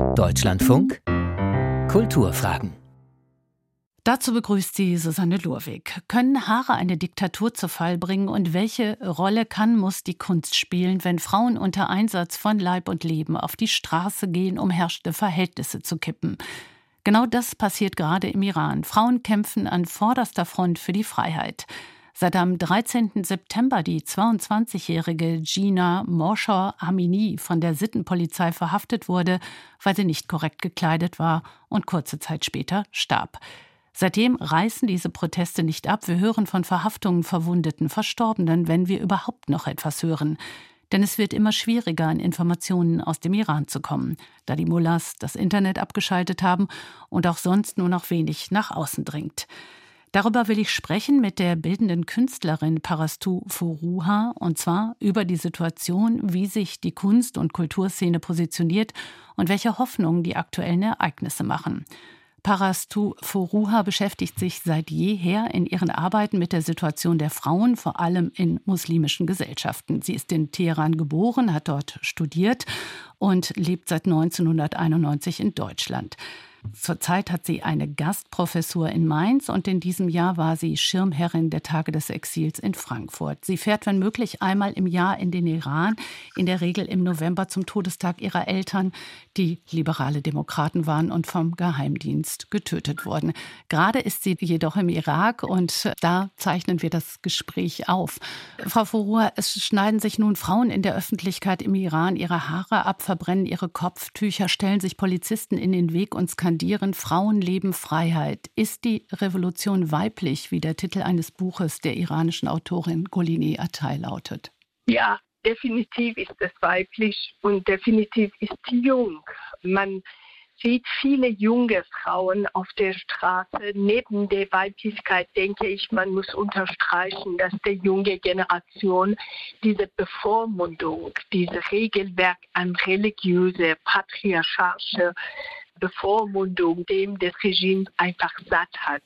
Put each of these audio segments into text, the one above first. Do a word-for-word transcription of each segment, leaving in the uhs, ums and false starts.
Deutschlandfunk Kulturfragen. Dazu begrüßt sie Susanne Lurwig. Können Haare eine Diktatur zu Fall bringen und welche Rolle kann, muss die Kunst spielen, wenn Frauen unter Einsatz von Leib und Leben auf die Straße gehen, um herrschende Verhältnisse zu kippen? Genau das passiert gerade im Iran. Frauen kämpfen an vorderster Front für die Freiheit. Seit am dreizehnten September die zweiundzwanzigjährige Jina Mohsa Amini von der Sittenpolizei verhaftet wurde, weil sie nicht korrekt gekleidet war und kurze Zeit später starb. Seitdem reißen diese Proteste nicht ab. Wir hören von Verhaftungen, Verwundeten, Verstorbenen, wenn wir überhaupt noch etwas hören. Denn es wird immer schwieriger, an Informationen aus dem Iran zu kommen, da die Mullahs das Internet abgeschaltet haben und auch sonst nur noch wenig nach außen dringt. Darüber will ich sprechen mit der bildenden Künstlerin Parastu Forouha, und zwar über die Situation, wie sich die Kunst- und Kulturszene positioniert und welche Hoffnungen die aktuellen Ereignisse machen. Parastu Forouha beschäftigt sich seit jeher in ihren Arbeiten mit der Situation der Frauen, vor allem in muslimischen Gesellschaften. Sie ist in Teheran geboren, hat dort studiert und lebt seit neunzehnhunderteinundneunzig in Deutschland. Zurzeit hat sie eine Gastprofessur in Mainz und in diesem Jahr war sie Schirmherrin der Tage des Exils in Frankfurt. Sie fährt, wenn möglich, einmal im Jahr in den Iran, in der Regel im November zum Todestag ihrer Eltern, die liberale Demokraten waren und vom Geheimdienst getötet wurden. Gerade ist sie jedoch im Irak und da zeichnen wir das Gespräch auf. Frau Forouha, es schneiden sich nun Frauen in der Öffentlichkeit im Iran ihre Haare ab, verbrennen ihre Kopftücher, stellen sich Polizisten in den Weg und skandieren Frauen leben Freiheit. Ist die Revolution weiblich, wie der Titel eines Buches der iranischen Autorin Golini Atay lautet? Ja, definitiv ist es weiblich und definitiv ist sie jung. Man sieht viele junge Frauen auf der Straße. Neben der Weiblichkeit denke ich, man muss unterstreichen, dass die junge Generation diese Bevormundung, dieses Regelwerk an religiöse, patriarchalische Bevormundung, dem des Regimes einfach satt hat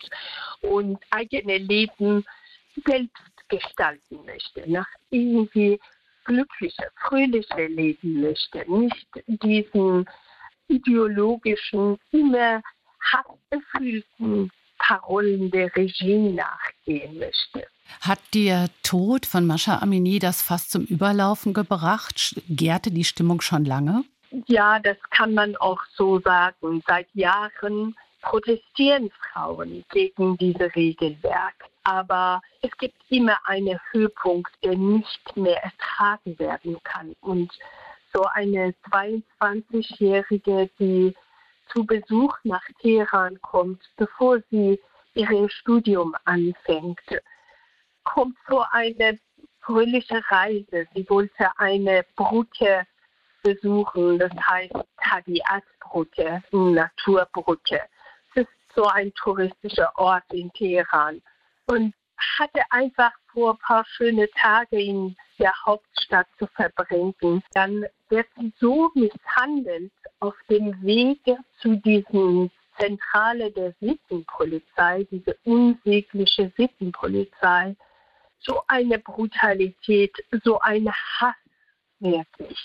und eigene Leben selbst gestalten möchte, nach irgendwie glückliche, fröhliche leben möchte, nicht diesen ideologischen, immer hasserfüllten Parolen der Regime nachgehen möchte. Hat der Tod von Mahsa Amini das fast zum Überlaufen gebracht? Gärte die Stimmung schon lange? Ja, das kann man auch so sagen. Seit Jahren protestieren Frauen gegen dieses Regelwerk. Aber es gibt immer einen Höhepunkt, der nicht mehr ertragen werden kann. Und so eine zweiundzwanzigjährige, die zu Besuch nach Teheran kommt, bevor sie ihr Studium anfängt, kommt so eine fröhliche Reise. Sie wollte eine Brücke besuchen, das heißt Tabiat-Brücke, Naturbrücke. Es ist so ein touristischer Ort in Teheran und hatte einfach vor, ein paar schöne Tage in der Hauptstadt zu verbringen. Dann wird sie so misshandelt auf dem Weg zu diesem Zentrale der Sittenpolizei, diese unsägliche Sittenpolizei. So eine Brutalität, so ein Hass wirklich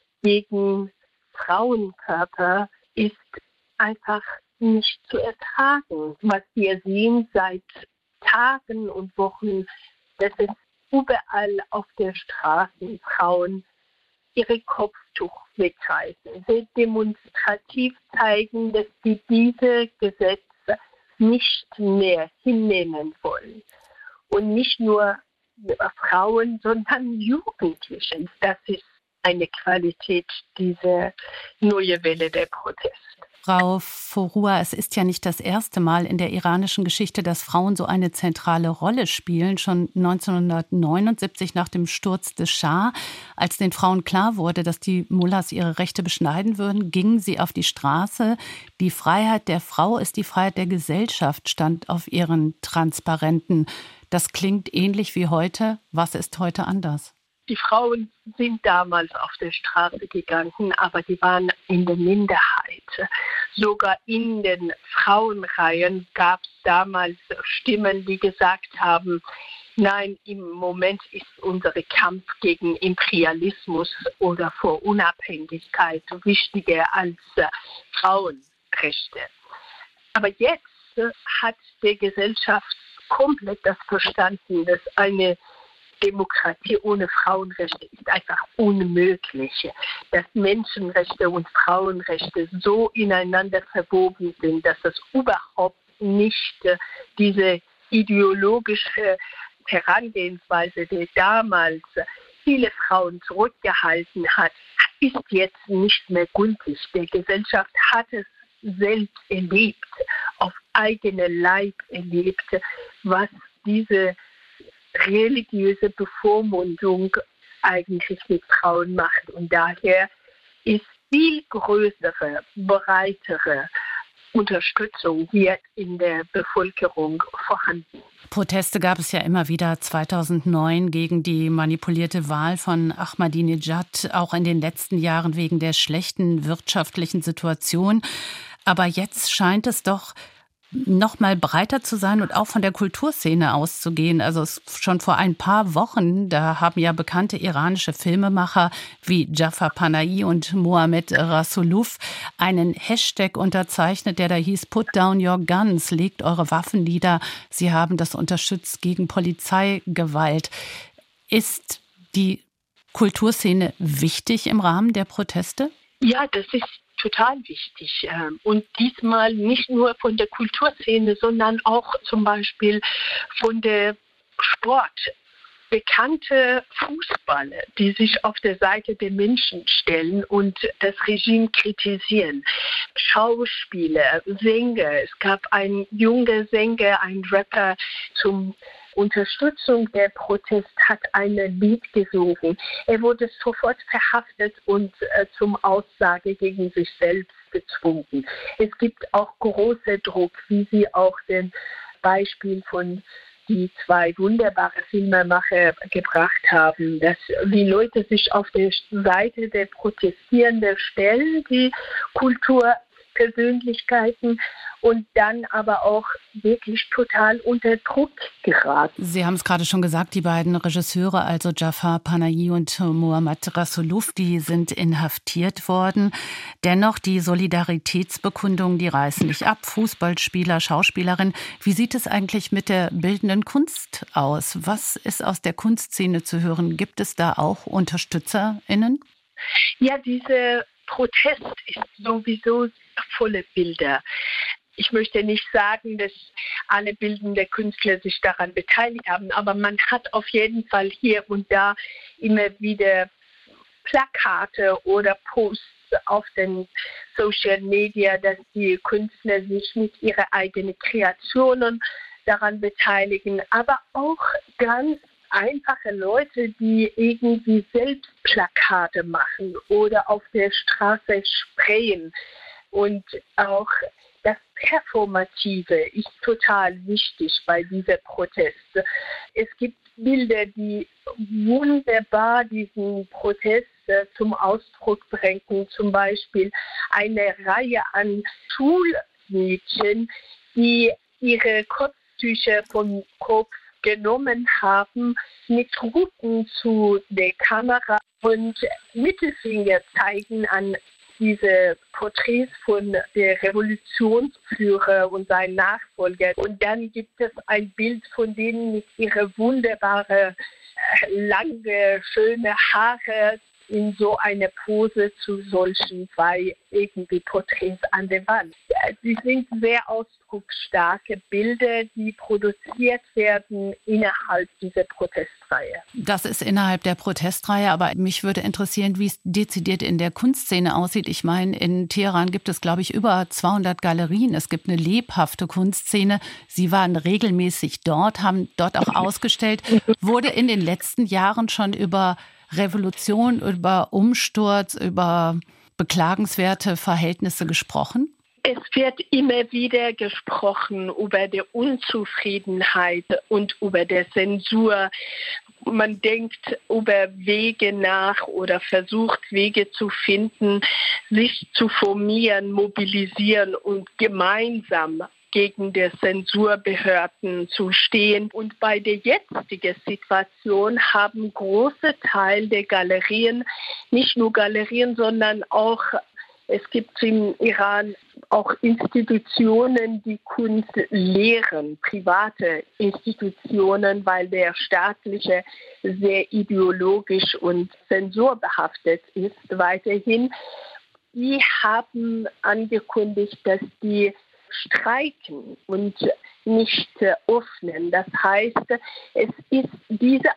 gegen Frauenkörper ist einfach nicht zu ertragen. Was wir sehen seit Tagen und Wochen, dass es überall auf der Straße Frauen ihre Kopftuch wegreißen, sie demonstrativ zeigen, dass sie diese Gesetze nicht mehr hinnehmen wollen. Und nicht nur Frauen, sondern Jugendliche. Das ist eine Qualität dieser neuen Welle der Proteste. Frau Forouha, es ist ja nicht das erste Mal in der iranischen Geschichte, dass Frauen so eine zentrale Rolle spielen. Schon neunzehnhundertneunundsiebzig nach dem Sturz des Schah, als den Frauen klar wurde, dass die Mullahs ihre Rechte beschneiden würden, gingen sie auf die Straße. Die Freiheit der Frau ist die Freiheit der Gesellschaft, stand auf ihren Transparenten. Das klingt ähnlich wie heute. Was ist heute anders? Die Frauen sind damals auf der Straße gegangen, aber die waren in der Minderheit. Sogar in den Frauenreihen gab es damals Stimmen, die gesagt haben, Nein, im Moment ist unser Kampf gegen Imperialismus oder für Unabhängigkeit wichtiger als äh, Frauenrechte. Aber jetzt äh, hat die Gesellschaft komplett das verstanden, dass eine Demokratie ohne Frauenrechte ist einfach unmöglich. Dass Menschenrechte und Frauenrechte so ineinander verwoben sind, dass das überhaupt nicht äh, diese ideologische Herangehensweise, die damals viele Frauen zurückgehalten hat, ist jetzt nicht mehr gültig. Die Gesellschaft hat es selbst erlebt, auf eigenen Leib erlebt, was diese religiöse Bevormundung eigentlich mit Frauen macht. Und daher ist viel größere, breitere Unterstützung hier in der Bevölkerung vorhanden. Proteste gab es ja immer wieder zweitausendneun gegen die manipulierte Wahl von Ahmadinejad, auch in den letzten Jahren wegen der schlechten wirtschaftlichen Situation. Aber jetzt scheint es doch noch mal breiter zu sein und auch von der Kulturszene auszugehen. Also es, schon vor ein paar Wochen, da haben ja bekannte iranische Filmemacher wie Jafar Panahi und Mohammad Rasuluf einen Hashtag unterzeichnet, der da hieß Put down your guns, legt eure Waffen nieder. Sie haben das unterstützt gegen Polizeigewalt. Ist die Kulturszene wichtig im Rahmen der Proteste? Ja, das ist total wichtig. Und diesmal nicht nur von der Kulturszene, sondern auch zum Beispiel von der Sport. Bekannte Fußballer, die sich auf der Seite der Menschen stellen und das Regime kritisieren. Schauspieler, Sänger. Es gab einen jungen Sänger, einen Rapper zum Unterstützung der Protest hat ein Lied gesungen. Er wurde sofort verhaftet und äh, zum Aussage gegen sich selbst gezwungen. Es gibt auch großen Druck, wie Sie auch den Beispiel von die zwei wunderbare Filmemacher gebracht haben, dass die Leute sich auf der Seite der Protestierenden stellen, die Kulturpersönlichkeiten, und dann aber auch wirklich total unter Druck geraten. Sie haben es gerade schon gesagt, die beiden Regisseure, also Jafar Panahi und Mohammad Rasuluf, die sind inhaftiert worden. Dennoch die Solidaritätsbekundungen, die reißen nicht ab. Fußballspieler, Schauspielerin. Wie sieht es eigentlich mit der bildenden Kunst aus? Was ist aus der Kunstszene zu hören? Gibt es da auch UnterstützerInnen? Ja, dieser Protest ist sowieso volle Bilder. Ich möchte nicht sagen, dass alle bildende Künstler sich daran beteiligt haben, aber man hat auf jeden Fall hier und da immer wieder Plakate oder Posts auf den Social Media, dass die Künstler sich mit ihren eigenen Kreationen daran beteiligen, aber auch ganz einfache Leute, die irgendwie selbst Plakate machen oder auf der Straße sprayen. Und auch das Performative ist total wichtig bei dieser Protest. Es gibt Bilder, die wunderbar diesen Protest zum Ausdruck bringen. Zum Beispiel eine Reihe an Schulmädchen, die ihre Kopftücher vom Kopf genommen haben, mit Rücken zu der Kamera und Mittelfinger zeigen an diese Porträts von der Revolutionsführer und seinen Nachfolger. Und dann gibt es ein Bild von denen mit ihren wunderbaren, lange, schöne Haare in so einer Pose zu solchen zwei irgendwie Porträts an der Wand. Sie sind sehr ausdrucksstarke Bilder, die produziert werden innerhalb dieser Protestreihe. Das ist innerhalb der Protestreihe, aber mich würde interessieren, wie es dezidiert in der Kunstszene aussieht. Ich meine, in Teheran gibt es, glaube ich, über zweihundert Galerien. Es gibt eine lebhafte Kunstszene. Sie waren regelmäßig dort, haben dort auch ausgestellt. Wurde in den letzten Jahren schon über Revolution, über Umsturz, über beklagenswerte Verhältnisse gesprochen? Es wird immer wieder gesprochen über die Unzufriedenheit und über die Zensur. Man denkt über Wege nach oder versucht Wege zu finden, sich zu formieren, mobilisieren und gemeinsam gegen die Zensurbehörden zu stehen. Und bei der jetzigen Situation haben große Teil der Galerien, nicht nur Galerien, sondern auch, es gibt im Iran auch Institutionen, die Kunst lehren, private Institutionen, weil der staatliche sehr ideologisch und zensurbehaftet ist weiterhin. Die haben angekündigt, dass die streiken und nicht öffnen. Das heißt, es ist dieser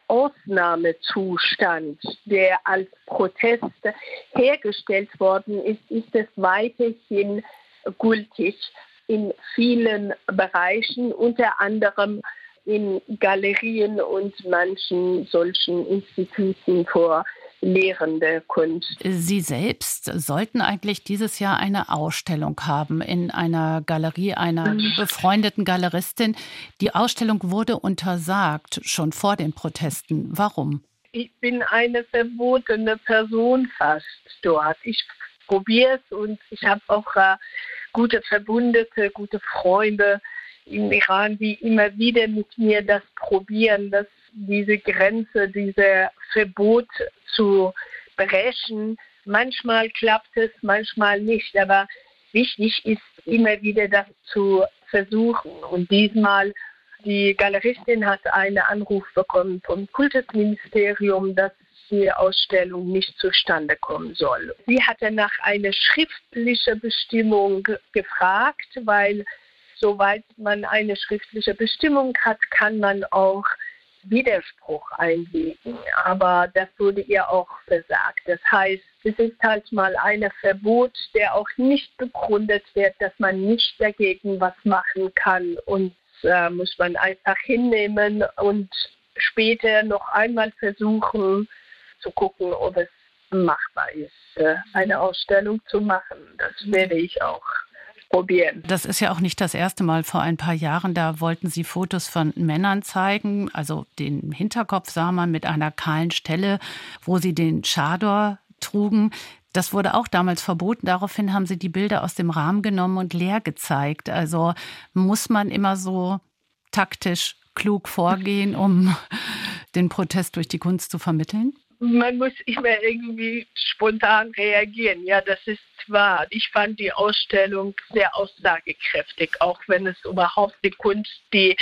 Ausnahmezustand, der als Protest hergestellt worden ist, ist es weiterhin gültig in vielen Bereichen, unter anderem in Galerien und manchen solchen Instituten für lehrende Kunst. Sie selbst sollten eigentlich dieses Jahr eine Ausstellung haben in einer Galerie einer befreundeten Galeristin. Die Ausstellung wurde untersagt, schon vor den Protesten. Warum? Ich bin eine verbotene Person fast dort. Ich probiere es und ich habe auch äh, gute Verbündete, gute Freunde im Iran, die immer wieder mit mir das probieren, dass diese Grenze, dieses Verbot zu brechen. Manchmal klappt es, manchmal nicht. Aber wichtig ist immer wieder das zu versuchen. Und diesmal, die Galeristin hat einen Anruf bekommen vom Kultusministerium, dass die Ausstellung nicht zustande kommen soll. Sie hatte nach einer schriftlichen Bestimmung gefragt, weil soweit man eine schriftliche Bestimmung hat, kann man auch Widerspruch einlegen, aber das wurde ihr auch versagt. Das heißt, es ist halt mal ein Verbot, der auch nicht begründet wird, dass man nicht dagegen was machen kann, und äh, muss man einfach hinnehmen und später noch einmal versuchen zu gucken, ob es machbar ist, äh, eine Ausstellung zu machen. Das werde ich auch probieren. Das ist ja auch nicht das erste Mal. Vor ein paar Jahren, da wollten Sie Fotos von Männern zeigen. Also den Hinterkopf sah man mit einer kahlen Stelle, wo sie den Chador trugen. Das wurde auch damals verboten. Daraufhin haben Sie die Bilder aus dem Rahmen genommen und leer gezeigt. Also muss man immer so taktisch klug vorgehen, um den Protest durch die Kunst zu vermitteln? Man muss immer irgendwie spontan reagieren. Ja, das ist wahr. Ich fand die Ausstellung sehr aussagekräftig, auch wenn es überhaupt die Kunst, die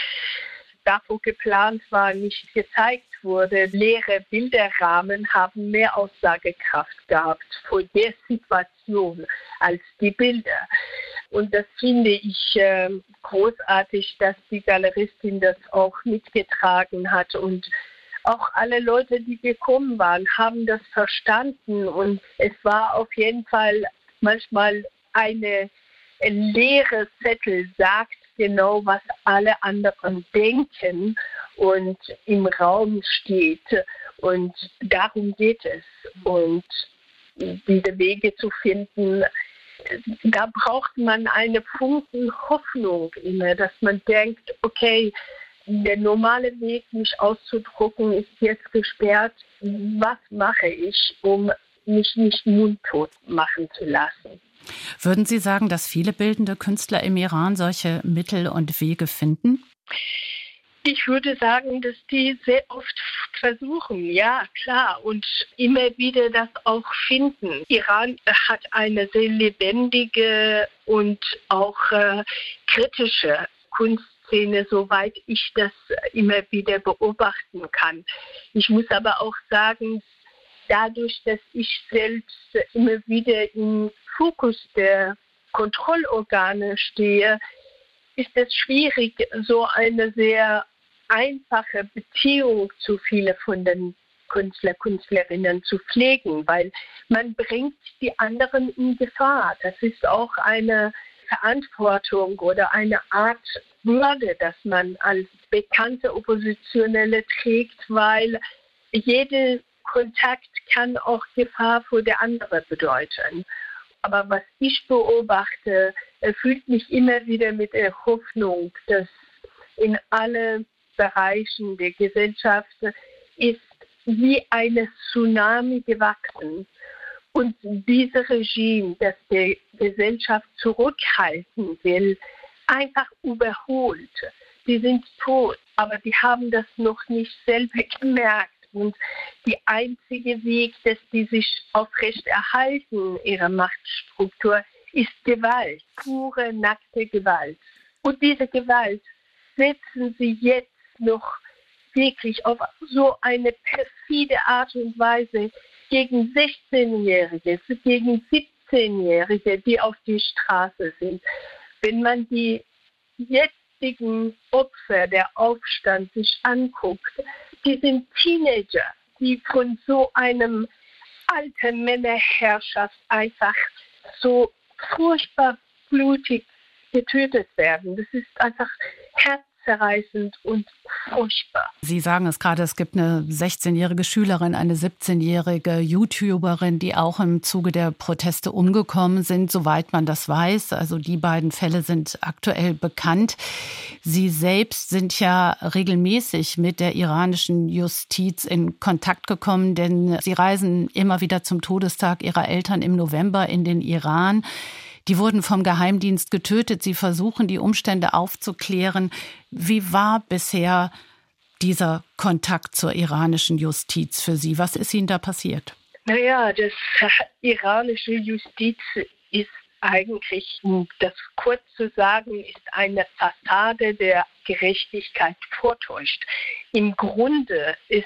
dafür geplant war, nicht gezeigt wurde. Leere Bilderrahmen haben mehr Aussagekraft gehabt vor der Situation als die Bilder. Und das finde ich äh, großartig, dass die Galeristin das auch mitgetragen hat, und auch alle Leute, die gekommen waren, haben das verstanden, und es war auf jeden Fall manchmal eine leere Zettel, sagt genau, was alle anderen denken und im Raum steht, und darum geht es. Und diese Wege zu finden, da braucht man eine Funken Hoffnung immer, dass man denkt, okay, der normale Weg, mich auszudrucken, ist jetzt gesperrt. Was mache ich, um mich nicht mundtot machen zu lassen? Würden Sie sagen, dass viele bildende Künstler im Iran solche Mittel und Wege finden? Ich würde sagen, dass die sehr oft versuchen, ja, klar, und immer wieder das auch finden. Iran hat eine sehr lebendige und auch äh, kritische Kunstszene, soweit ich das immer wieder beobachten kann. Ich muss aber auch sagen, dadurch, dass ich selbst immer wieder im Fokus der Kontrollorgane stehe, ist es schwierig, so eine sehr einfache Beziehung zu vielen von den Künstler, Künstlerinnen zu pflegen, weil man bringt die anderen in Gefahr. Das ist auch eine Verantwortung oder eine Art Würde, dass man als bekannte Oppositionelle trägt, weil jeder Kontakt kann auch Gefahr für die andere bedeuten. Aber was ich beobachte, erfüllt mich immer wieder mit der Hoffnung, dass in allen Bereichen der Gesellschaft ist wie eine Tsunami gewachsen. Und dieses Regime, das die Gesellschaft zurückhalten will, einfach überholt. Sie sind tot, aber sie haben das noch nicht selber gemerkt. Und der einzige Weg, dass sie sich aufrechterhalten, ihre Machtstruktur, ist Gewalt, pure, nackte Gewalt. Und diese Gewalt setzen sie jetzt noch wirklich auf so eine perfide Art und Weise gegen sechzehnjährige, gegen siebzehnjährige, die auf die Straße sind. Wenn man die jetzigen Opfer der Aufstand sich anguckt, die sind Teenager, die von so einem alten Männerherrschaft einfach so furchtbar blutig getötet werden. Das ist einfach herzzerreißend und furchtbar. Sie sagen es gerade, es gibt eine sechzehnjährige Schülerin, eine siebzehnjährige YouTuberin, die auch im Zuge der Proteste umgekommen sind, soweit man das weiß. Also die beiden Fälle sind aktuell bekannt. Sie selbst sind ja regelmäßig mit der iranischen Justiz in Kontakt gekommen, denn Sie reisen immer wieder zum Todestag Ihrer Eltern im November in den Iran. Die wurden vom Geheimdienst getötet. Sie versuchen, die Umstände aufzuklären. Wie war bisher dieser Kontakt zur iranischen Justiz für Sie? Was ist Ihnen da passiert? Naja, das iranische Justiz ist eigentlich, um das kurz zu sagen, ist eine Fassade der Gerechtigkeit vortäuscht. Im Grunde ist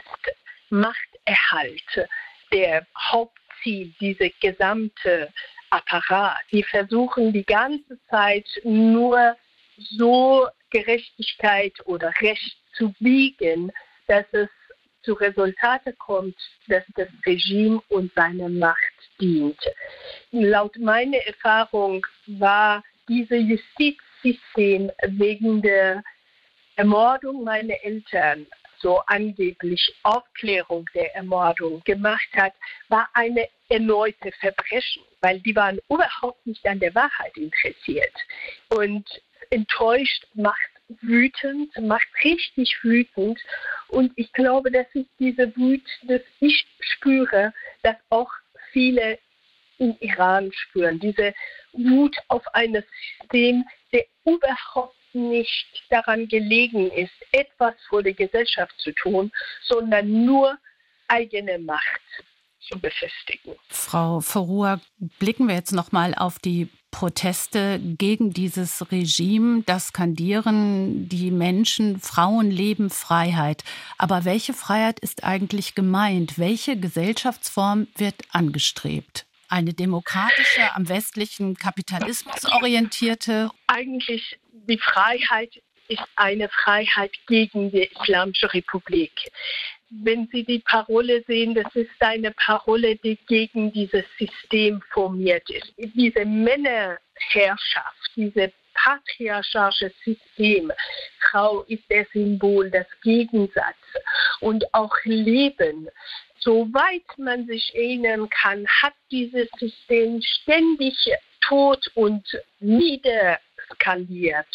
Machterhalt der Hauptziel, diese gesamte Apparat. Die versuchen die ganze Zeit nur so Gerechtigkeit oder Recht zu biegen, dass es zu Resultaten kommt, dass das Regime und seine Macht dient. Laut meiner Erfahrung war dieses Justizsystem wegen der Ermordung meiner Eltern, so angeblich Aufklärung der Ermordung gemacht hat, war eine erneute Verbrechen, weil die waren überhaupt nicht an der Wahrheit interessiert. Und enttäuscht macht wütend, macht richtig wütend. Und ich glaube, dass ich diese Wut, dass ich spüre, dass auch viele im Iran spüren. Diese Wut auf ein System, der überhaupt nicht daran gelegen ist, etwas für die Gesellschaft zu tun, sondern nur eigene Macht zu befestigen. Frau Forua, blicken wir jetzt noch mal auf die Proteste gegen dieses Regime. Das skandieren die Menschen, Frauen leben Freiheit. Aber welche Freiheit ist eigentlich gemeint? Welche Gesellschaftsform wird angestrebt? Eine demokratische, am westlichen Kapitalismus orientierte? Eigentlich die Freiheit ist eine Freiheit gegen die Islamische Republik. Wenn Sie die Parole sehen, das ist eine Parole, die gegen dieses System formiert ist. Diese Männerherrschaft, dieses patriarchalische System, Frau ist das Symbol, das Gegensatz und auch Leben. Soweit man sich erinnern kann, hat dieses System ständig Tod und Nieder skandiert.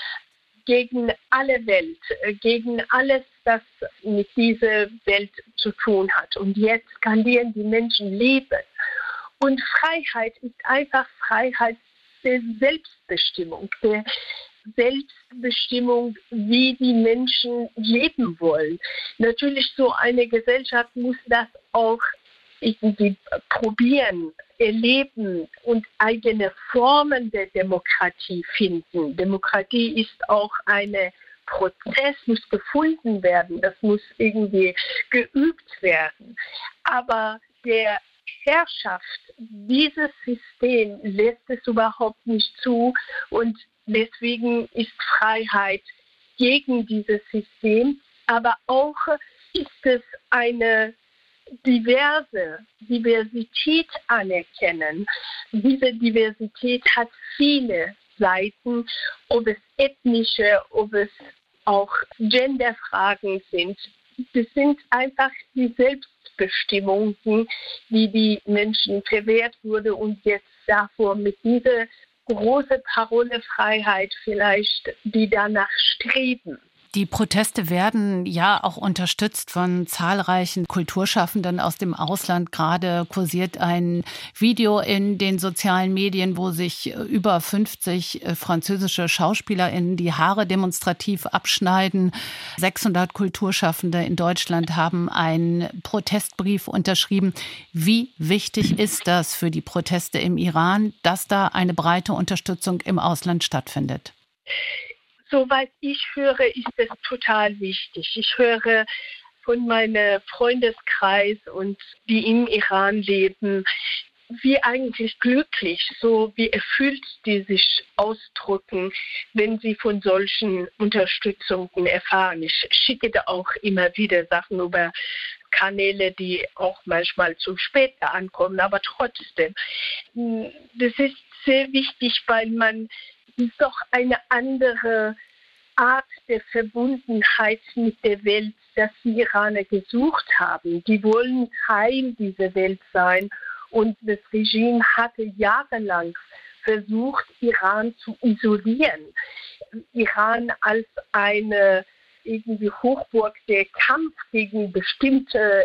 Gegen alle Welt, gegen alles, was mit dieser Welt zu tun hat. Und jetzt skandieren die Menschen Leben. Und Freiheit ist einfach Freiheit der Selbstbestimmung, der Selbstbestimmung, wie die Menschen leben wollen. Natürlich, so eine Gesellschaft muss das auch irgendwie probieren, erleben und eigene Formen der Demokratie finden. Demokratie ist auch ein Prozess, muss gefunden werden, das muss irgendwie geübt werden. Aber der Herrschaft dieses System lässt es überhaupt nicht zu und deswegen ist Freiheit gegen dieses System, aber auch ist es eine diverse Diversität anerkennen. Diese Diversität hat viele Seiten, ob es ethnische, ob es auch Genderfragen sind. Das sind einfach die Selbstbestimmungen, die die Menschen verwehrt wurde und jetzt davor mit dieser großen Parole Freiheit vielleicht, die danach streben. Die Proteste werden ja auch unterstützt von zahlreichen Kulturschaffenden aus dem Ausland. Gerade kursiert ein Video in den sozialen Medien, wo sich über fünfzig französische SchauspielerInnen die Haare demonstrativ abschneiden. sechshundert Kulturschaffende in Deutschland haben einen Protestbrief unterschrieben. Wie wichtig ist das für die Proteste im Iran, dass da eine breite Unterstützung im Ausland stattfindet? Soweit ich höre, ist es total wichtig. Ich höre von meinem Freundeskreis und die im Iran leben, wie eigentlich glücklich, so wie erfüllt die sich ausdrücken, wenn sie von solchen Unterstützungen erfahren. Ich schicke da auch immer wieder Sachen über Kanäle, die auch manchmal zu spät ankommen, aber trotzdem. Das ist sehr wichtig, weil man doch eine andere Art der Verbundenheit mit der Welt, das die Iraner gesucht haben. Die wollen Teil dieser Welt sein und das Regime hatte jahrelang versucht, Iran zu isolieren. Iran als eine irgendwie Hochburg der Kampf gegen bestimmte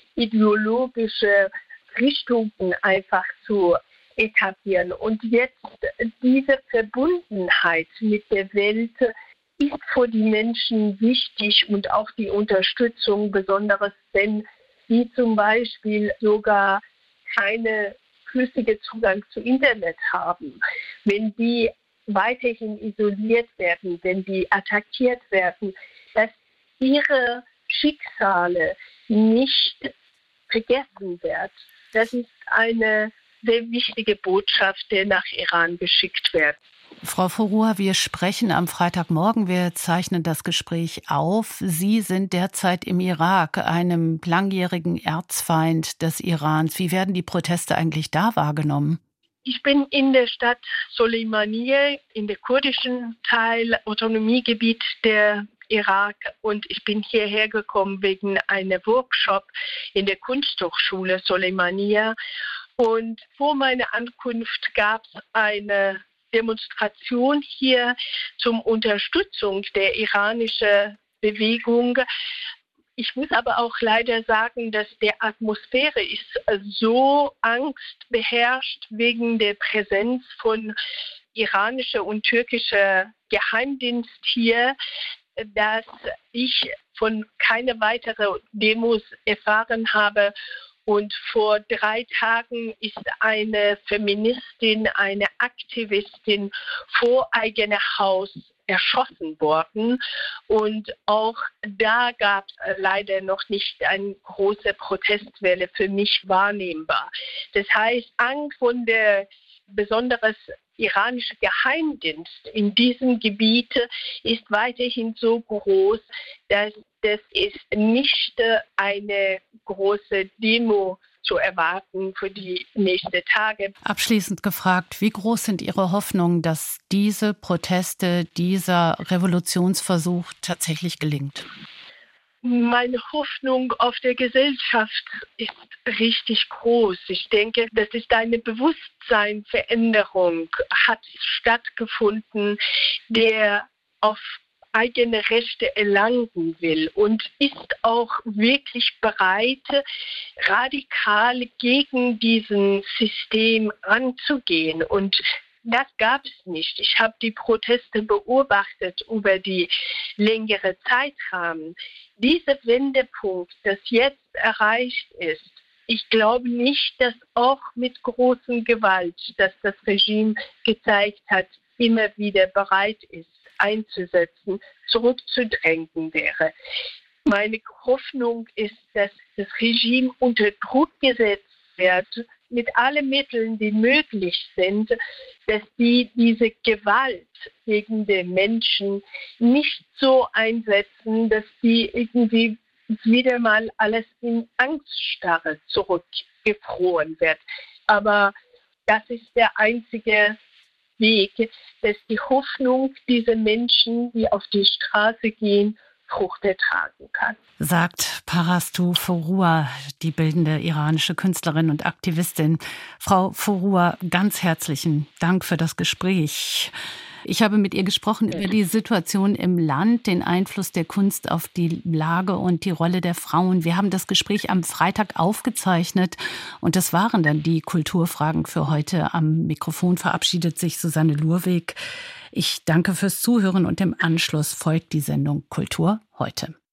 ideologische Richtungen einfach zu etablieren. Und jetzt diese Verbundenheit mit der Welt ist für die Menschen wichtig und auch die Unterstützung, besonders wenn sie zum Beispiel sogar keine flüssige Zugang zu Internet haben, wenn die weiterhin isoliert werden, wenn die attackiert werden, dass ihre Schicksale nicht vergessen werden. Das ist eine sehr wichtige Botschaft, die nach Iran geschickt wird. Frau Forougha, wir sprechen am Freitagmorgen, wir zeichnen das Gespräch auf. Sie sind derzeit im Irak, einem langjährigen Erzfeind des Irans. Wie werden die Proteste eigentlich da wahrgenommen? Ich bin in der Stadt Soleimaniye, in der kurdischen Teil, Autonomiegebiet der Irak, und ich bin hierher gekommen wegen einem Workshop in der Kunsthochschule Soleimaniye. Und vor meiner Ankunft gab es eine Demonstration hier zur Unterstützung der iranischen Bewegung. Ich muss aber auch leider sagen, dass die Atmosphäre ist so angstbeherrscht wegen der Präsenz von iranischer und türkischer Geheimdienst hier, dass ich von keine weiteren Demos erfahren habe. Und vor drei Tagen ist eine Feministin, eine Aktivistin vor eigenem Haus erschossen worden. Und auch da gab es leider noch nicht eine große Protestwelle für mich wahrnehmbar. Das heißt, Angst von der besonders iranische Geheimdienst in diesem Gebiet ist weiterhin so groß, dass das ist nicht eine große Demo zu erwarten für die nächsten Tage. Abschließend gefragt, wie groß sind Ihre Hoffnungen, dass diese Proteste, dieser Revolutionsversuch tatsächlich gelingt? Meine Hoffnung auf der Gesellschaft ist richtig groß. Ich denke, das ist eine Bewusstseinsveränderung, hat stattgefunden, der auf eigene Rechte erlangen will und ist auch wirklich bereit, radikal gegen diesen System anzugehen. Und das gab es nicht. Ich habe die Proteste beobachtet über die längere Zeitrahmen. Dieser Wendepunkt, das jetzt erreicht ist, ich glaube nicht, dass auch mit großer Gewalt, dass das Regime gezeigt hat, immer wieder bereit ist, einzusetzen, zurückzudrängen wäre. Meine Hoffnung ist, dass das Regime unter Druck gesetzt wird, mit allen Mitteln, die möglich sind, dass die diese Gewalt gegen den Menschen nicht so einsetzen, dass die irgendwie wieder mal alles in Angststarre zurückgefroren wird. Aber das ist der einzige Weg, dass die Hoffnung dieser Menschen, die auf die Straße gehen, Früchte tragen kann. Sagt Parastu Forougha, die bildende iranische Künstlerin und Aktivistin. Frau Forougha, ganz herzlichen Dank für das Gespräch. Ich habe mit ihr gesprochen über die Situation im Land, den Einfluss der Kunst auf die Lage und die Rolle der Frauen. Wir haben das Gespräch am Freitag aufgezeichnet und das waren dann die Kulturfragen für heute. Am Mikrofon verabschiedet sich Susanne Lurweg. Ich danke fürs Zuhören und im Anschluss folgt die Sendung Kultur heute.